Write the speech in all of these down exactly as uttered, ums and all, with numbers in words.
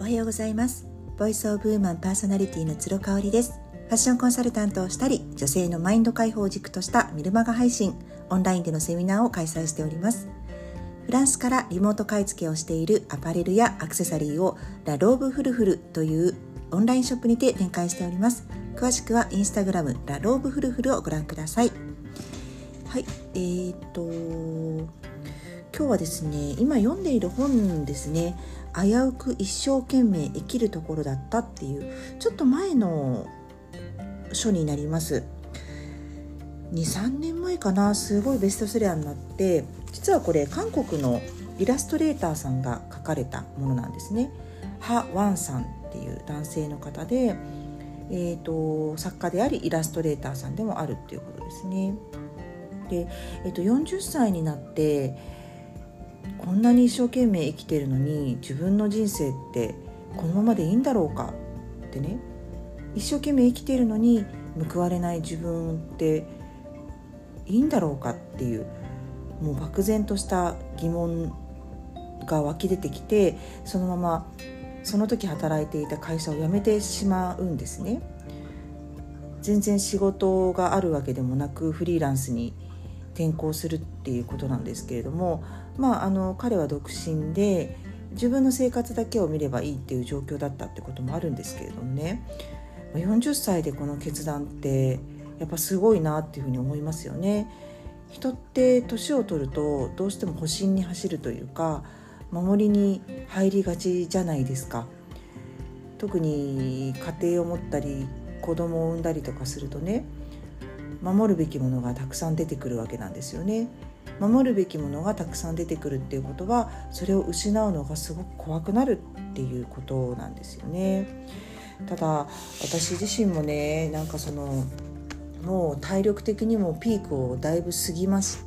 はようございます。ボイスオブウーマンパーソナリティの鶴香織です。ファッションコンサルタントをしたり、女性のマインド解放を軸としたメルマガ配信、オンラインでのセミナーを開催しております。フランスからリモート買い付けをしているアパレルやアクセサリーをラローブフルフルというオンラインショップにて展開しております。詳しくはインスタグラムラローブフルフルをご覧ください。はい、えーと今日はですね、今読んでいる本ですね、危うく一生懸命生きるところだったっていうちょっと前の書になります。にさんねんまえかな、すごいベストセラーになって、実はこれ韓国のイラストレーターさんが書かれたものなんですね。ハ・ワンさんっていう男性の方で、えーと、作家でありイラストレーターさんでもあるっていうことですね。で、えーと、よんじゅっさいになってこんなに一生懸命生きてるのに自分の人生ってこのままでいいんだろうかってね、一生懸命生きているのに報われない自分っていいんだろうかっていう、もう漠然とした疑問が湧き出てきて、そのままその時働いていた会社を辞めてしまうんですね。全然仕事があるわけでもなくフリーランスに転向するっていうことなんですけれども、まあ、あの彼は独身で自分の生活だけを見ればいいっていう状況だったってこともあるんですけれどもね、よんじゅっさいでこの決断ってやっぱすごいなっていうふうに思いますよね。人って年を取るとどうしても保身に走るというか、守りに入りがちじゃないですか。特に家庭を持ったり子供を産んだりとかするとね、守るべきものがたくさん出てくるわけなんですよね。守るべきものがたくさん出てくるっていうことは、それを失うのがすごく怖くなるっていうことなんですよね。ただ私自身もね、なんかそのもう体力的にもピークをだいぶ過ぎまして、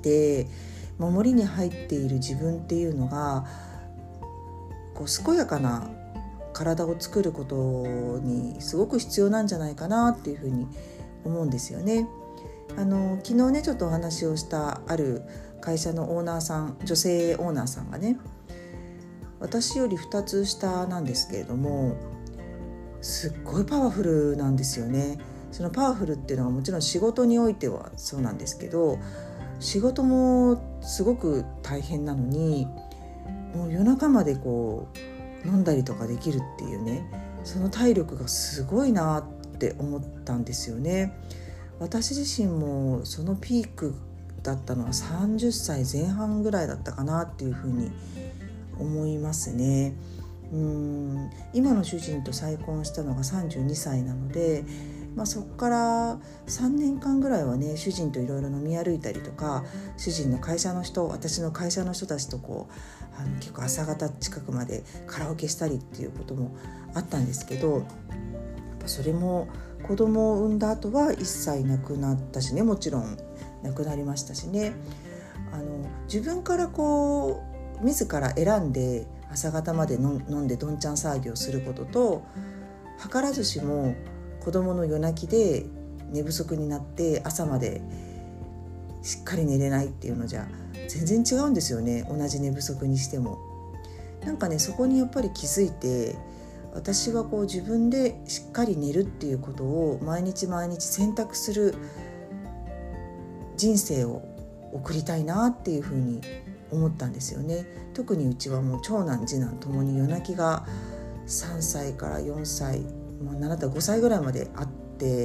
守りに入っている自分っていうのがこう健やかな体を作ることにすごく必要なんじゃないかなっていうふうに思うんですよね。あの昨日ねちょっとお話をしたある会社のオーナーさん、女性オーナーさんがね、私よりふたつ下なんですけれども、すっごいパワフルなんですよね。そのパワフルっていうのはもちろん仕事においてはそうなんですけど、仕事もすごく大変なのに、もう夜中までこう飲んだりとかできるっていうね、その体力がすごいなって思ったんですよね。私自身もそのピークだったのはさんじゅっさいぜん半ぐらいだったかなっていうふうに思いますね。うーん今の主人と再婚したのがさんじゅうにさいなので、まあ、そこからさんねんかんぐらいはね、主人といろいろ飲み歩いたりとか、主人の会社の人、私の会社の人たちとこうあの結構朝方近くまでカラオケしたりっていうこともあったんですけど、やっぱそれも子供を産んだ後は一切なくなったしね、もちろんなくなりましたしね。あの自分からこう自ら選んで朝方まで飲んでどんちゃん騒ぎをすることと、図らずしも子供の夜泣きで寝不足になって朝までしっかり寝れないっていうのじゃ全然違うんですよね。同じ寝不足にしてもなんかね、そこにやっぱり気づいて、私はこう自分でしっかり寝るっていうことを毎日毎日選択する人生を送りたいなっていうふうに思ったんですよね。特にうちはもう長男次男ともに夜泣きがさんさいからよんさい、まあ、なんだったらごさいぐらいまであって、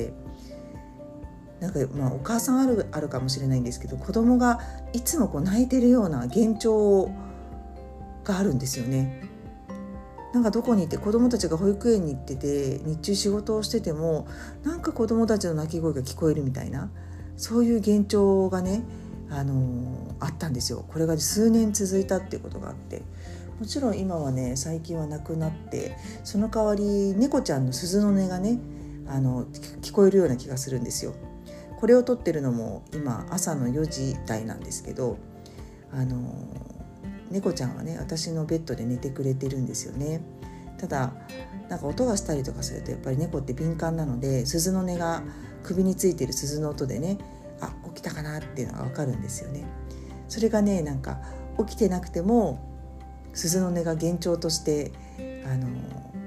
なんかまあお母さんあるあるかもしれないんですけど、子供がいつもこう泣いてるような幻聴があるんですよね。なんかどこにいて子供たちが保育園に行ってて日中仕事をしてても、なんか子供たちの泣き声が聞こえるみたいな、そういう幻聴がね、あのー、あったんですよ。これが数年続いたっていうことがあって、もちろん今はね最近はなくなって、その代わり猫ちゃんの鈴の音がねあの聞こえるような気がするんですよ。これを撮ってるのも今朝のよじ台なんですけど、あのー猫ちゃんはね私のベッドで寝てくれてるんですよね。ただなんか音がしたりとかするとやっぱり猫って敏感なので、鈴の音が首についてる鈴の音でね、あ起きたかなっていうのが分かるんですよね。それがねなんか起きてなくても鈴の音が幻聴としてあの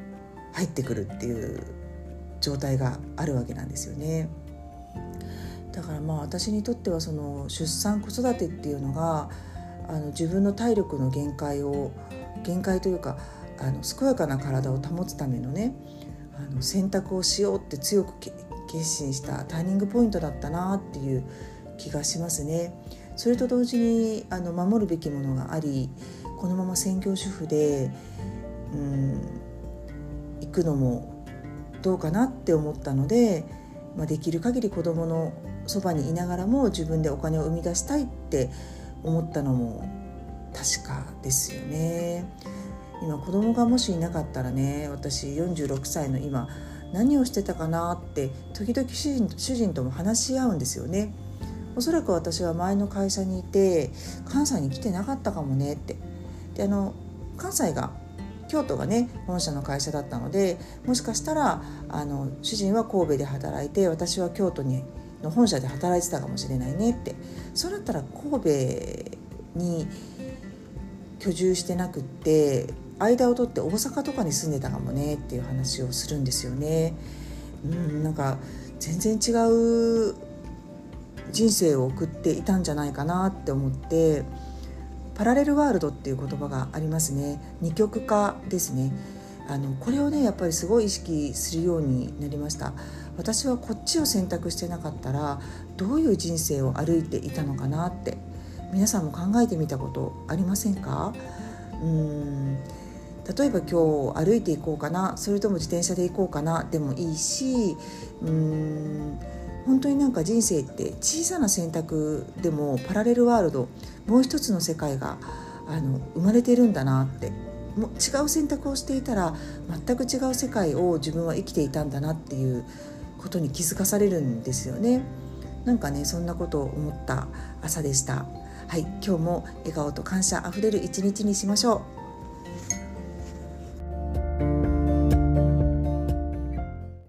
入ってくるっていう状態があるわけなんですよね。だからまあ私にとってはその出産子育てっていうのがあの自分の体力の限界を限界というかあの健やかな体を保つためのねあの選択をしようって強く決心したターニングポイントだったなっていう気がしますね。それと同時にあの守るべきものがあり、このまま専業主婦でうん行くのもどうかなって思ったので、まあ、できる限り子どものそばにいながらも自分でお金を生み出したいって思ったのも確かですよね。今子供がもしいなかったらね、私よんじゅうろくさいの今何をしてたかなって時々主人、主人とも話し合うんですよね。おそらく私は前の会社にいて関西に来てなかったかもねって。であの関西が京都がね本社の会社だったので、もしかしたらあの主人は神戸で働いて私は京都にの本社で働いてたかもしれないねって。そうだったら神戸に居住してなくって間を取って大阪とかに住んでたかもねっていう話をするんですよね。うんなんか全然違う人生を送っていたんじゃないかなって思って、パラレルワールドっていう言葉がありますね。二極化ですね。あのこれをねやっぱりすごい意識するようになりました。私はこっちを選択してなかったらどういう人生を歩いていたのかなって、皆さんも考えてみたことありませんか？うーん例えば今日歩いていこうかな、それとも自転車で行こうかなでもいいし、うーん本当になんか人生って小さな選択でもパラレルワールド、もう一つの世界があの生まれてるんだなって、もう違う選択をしていたら全く違う世界を自分は生きていたんだなっていうことに気づかされるんですよね。なんかねそんなことを思った朝でした。はい、今日も笑顔と感謝あふれる一日にしましょう。